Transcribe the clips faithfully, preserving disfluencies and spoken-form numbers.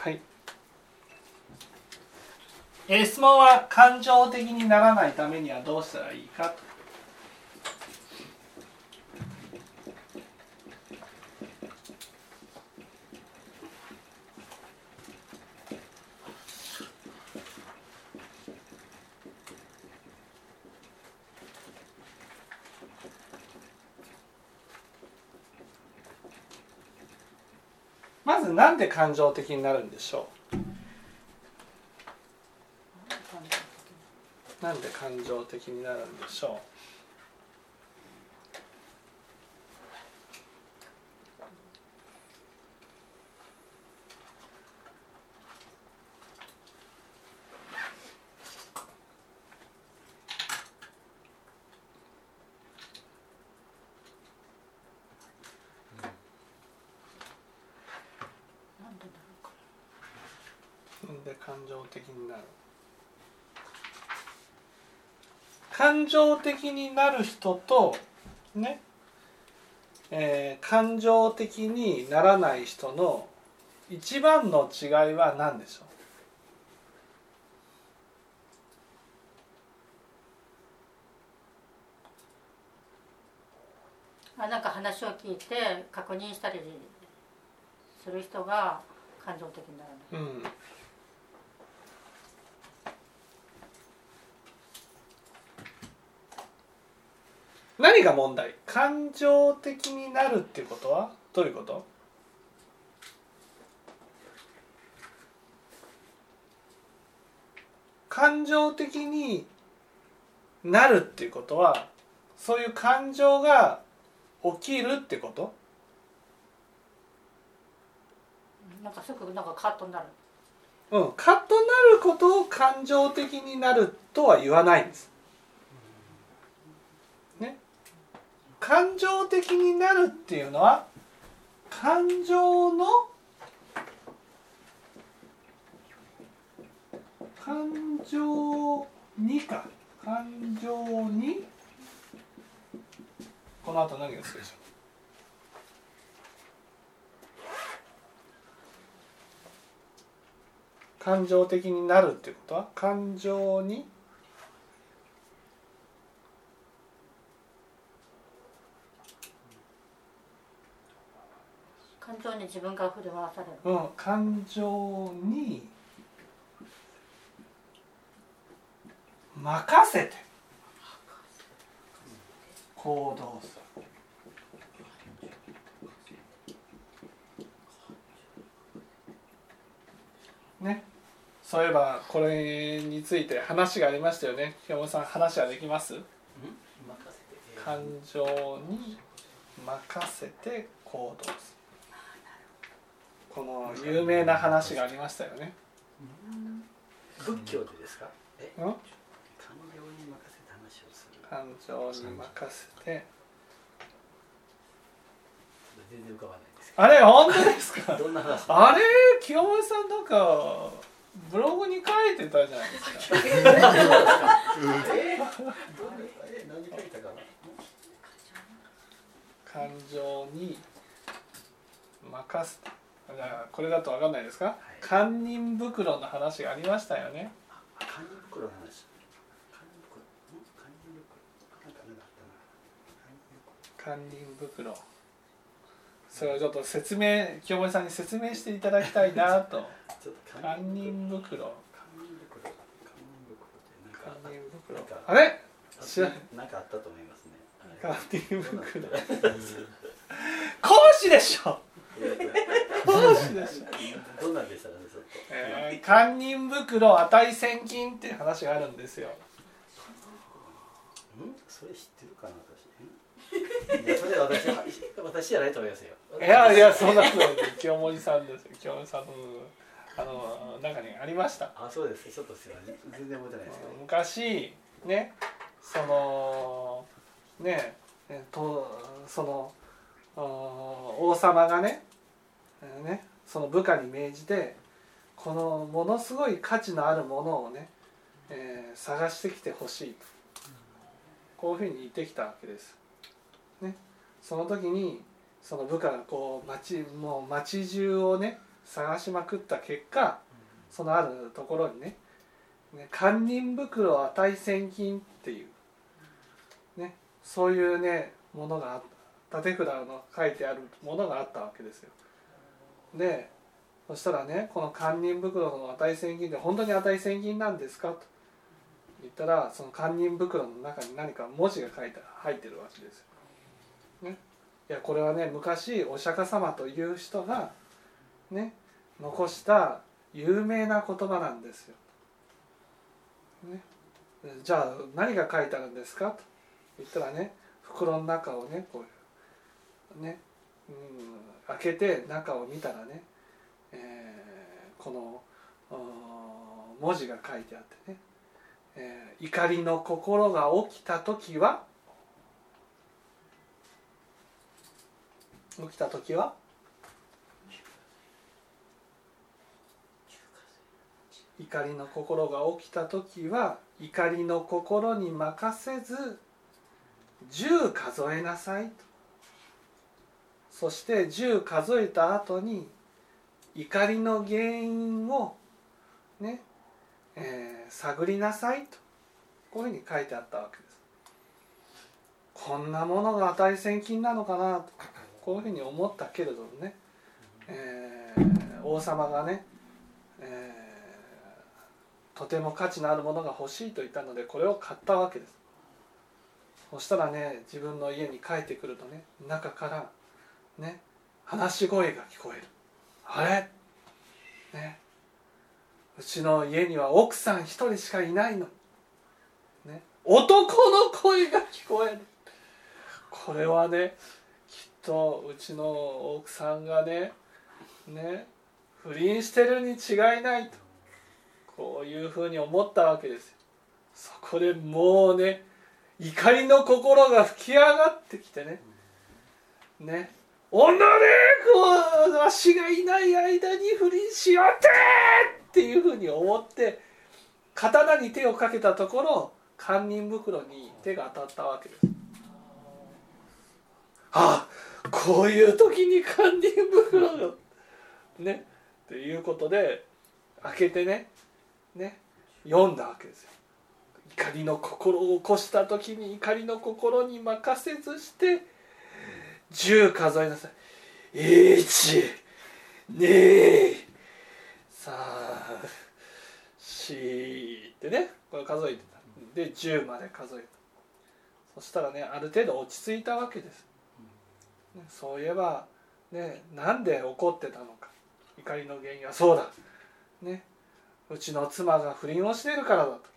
はい、えー、質問は感情的にならないためにはどうしたらいいか。まずなんで感情的になるんでしょう。なんで感情的になるんでしょう。なんで感情的になる。感情的になる人とね、えー、感情的にならない人の一番の違いは何でしょう。あ、なんか話を聞いて確認したりする人が感情的にならない。うん。 何が問題？感情的になるっていうことはどういうこと？感情的になるっていうことはそういう感情が起きるってこと？ なんかすぐなんかカッとなる。 うん、カッとなることを感情的になるとは言わないんです。ね。感情的になるっていうのは感情の感情にか感情にこの後何がつくでしょう。感情的になるっていうことは感情に感情に自分が振り回される。 うん、感情に任せて行動する。ね。そういえばこれについて話がありましたよね。清盛さん話はできます？感情に任せて行動する。この有名な話がありましたよね。 仏教でですか？え？ うん？ 感情に任せて話をする。 感情に任せて。 全然浮かばないですけど。 あれ本当ですか？ どんな話？ あれ清盛さんなんかブログに書いてたじゃないですか。 えー、何書いたかな？ 感情に任せた。これだと分かんないですか？はい、堪忍袋の話がありましたよね。 堪忍袋の話。堪忍袋。堪忍袋。なんかなんかあったな。 堪忍袋。それをちょっと説明、清盛さんに説明していただきたいなと。堪忍袋。堪忍袋。 堪忍袋ってなんか。 あれ？ 知らなんかあったと思いますね。 堪忍袋。講師でしょ。講師でしょ。 どんなんでしたかね、ちょっと。 えー、堪忍袋値千金っていう話があるんですよ。ん？ それ知ってるかな、私。いや、それ私私じゃないと思いますよ。 いやいや、そんなことないです。清盛さんですよ。清盛さんのあの中にありました。 あ、そうです。ちょっとすいません。全然覚えてないですけど。 昔ね、そのねえとその王様がね、ねその部下に命じてこのものすごい価値のあるものをね、えー、探してきてほしいとこういうふうに言ってきたわけです。ね、その時にその部下がこう町もう町中をね探しまくった結果、そのあるところにね、ね堪忍袋値千金っていう、ね、そういうねものがあった、立て札の書いてあるものがあったわけですよ。でそしたらね、この堪忍袋の値千金って本当に値千金なんですかと言ったら、その堪忍袋の中に何か文字が書いて入ってるわけですよ、ね、いやこれはね昔お釈迦様という人がね残した有名な言葉なんですよ、ね、じゃあ何が書いてあるんですかと言ったらね、袋の中をねこういうね、うん、開けて中を見たらね、えー、この文字が書いてあってね、えー、怒りの心が起きた時は起きた時は怒りの心が起きた時は怒りの心に任せずじゅう数えなさいと。そしてじゅう数えた後に怒りの原因をね、えー、探りなさいと、こういうふうに書いてあったわけです。こんなものが値千金なのかなと、こういうふうに思ったけれどもね、えー、王様がね、えー、とても価値のあるものが欲しいと言ったのでこれを買ったわけです。そしたらね、自分の家に帰ってくるとね、中からね話し声が聞こえる。あれ、ね、うちの家には奥さん一人しかいないの、ね、男の声が聞こえる。これはねきっとうちの奥さんがねね不倫してるに違いないと、こういうふうに思ったわけですよ。そこでもうね怒りの心が吹き上がってきてね、ね、おのれこうわしがいない間に不倫しようってっていうふうに思って刀に手をかけたところ、堪忍袋に手が当たったわけです。ああ、こういう時に堪忍袋がねということで開けてねね読んだわけですよ。怒りの心を起こした時に怒りの心に任せずしてじゅう数えなさい。いち、に、さん、しってねこれ数えてた。でじゅうまで数えた。そしたらねある程度落ち着いたわけです。そういえばね、なんで怒ってたのか、怒りの原因はそうだ、ね、うちの妻が不倫をしているからだと。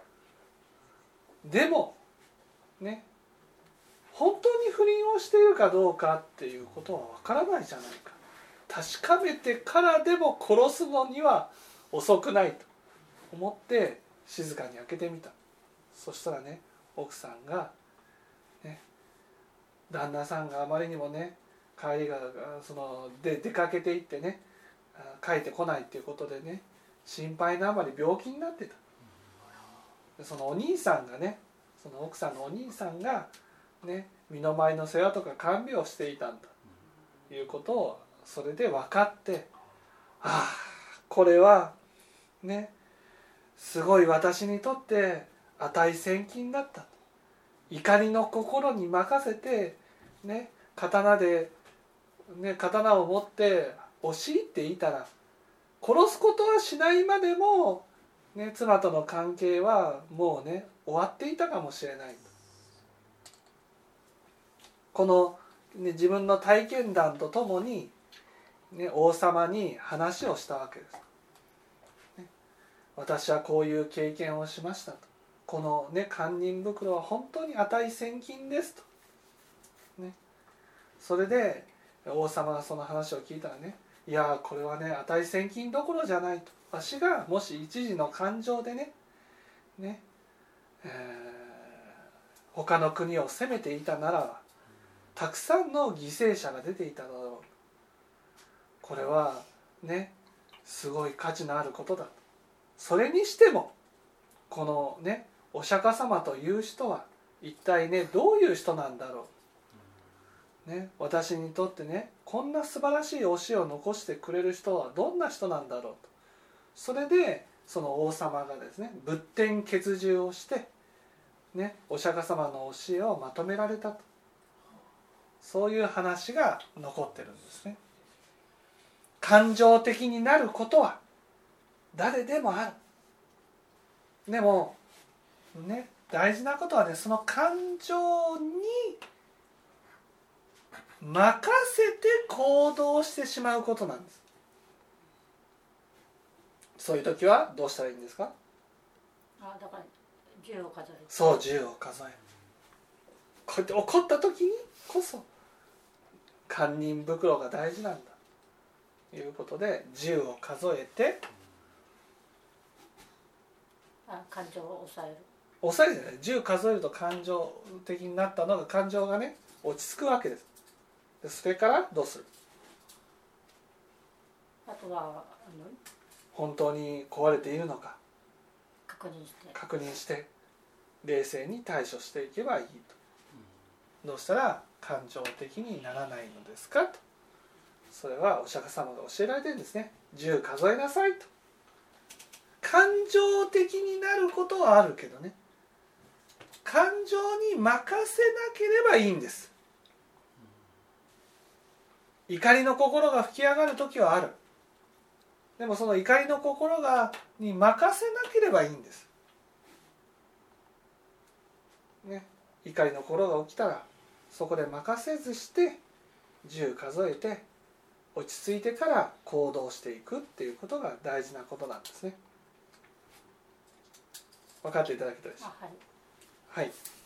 でもね、本当に不倫をしているかどうかっていうことはわからないじゃないか。確かめてからでも殺すのには遅くないと思って静かに開けてみた。そしたらね、奥さんがね、旦那さんがあまりにもね帰りがそので出かけていってね帰ってこないっていうことでね心配なあまり病気になってた。そのお兄さんがね、その奥さんのお兄さんがね身の回りの世話とか看病をしていたんだということをそれで分かって、ああこれはねすごい私にとって値千金だったと。怒りの心に任せてね刀でね刀を持って押し入っていたら殺すことはしないまでもね妻との関係はもうね終わっていたかもしれないと。この、ね、自分の体験談とともに、ね、王様に話をしたわけです、ね、私はこういう経験をしましたと。このね堪忍袋は本当に値千金ですと、ね、それで王様がその話を聞いたらね、いやこれはね値千金どころじゃないと。わしがもし一時の感情でねね、えー、他の国を攻めていたならばたくさんの犠牲者が出ていただろう。これはねすごい価値のあることだと。それにしてもこのねお釈迦様という人は一体ねどういう人なんだろう、 ね、私にとってねこんな素晴らしい教えを残してくれる人はどんな人なんだろうと、それでその王様がですね仏典欠従をして、ね、お釈迦様の教えをまとめられたと、そういう話が残ってるんですね。感情的になることは誰でもある。でもね、大事なことはね、その感情に任せて行動してしまうことなんです。そういう時はどうしたらいいんですか？ あ、だからじゅうを数える。 そう、じゅうを数える。こうやって怒った時にこそ堪忍袋が大事なんだということで、じゅうを数えて、 あ、感情を抑える。 抑えてね、じゅう数えると感情的になったのが、感情がね落ち着くわけです。でそれからどうする？ あとはあの本当に壊れているのか確認して確認して冷静に対処していけばいいと。どうしたら感情的にならないのですかと。それはお釈迦様が教えられてるんですね。じゅう数えなさいと。感情的になることはあるけどね、感情に任せなければいいんです。怒りの心が吹き上がる時はある。でもその怒りの心がに任せなければいいんです、ね、怒りの心が起きたらそこで任せずしてじゅう数えて落ち着いてから行動していくっていうことが大事なことなんですね。分かっていただけたでしょうか。 あ、はい。 はい。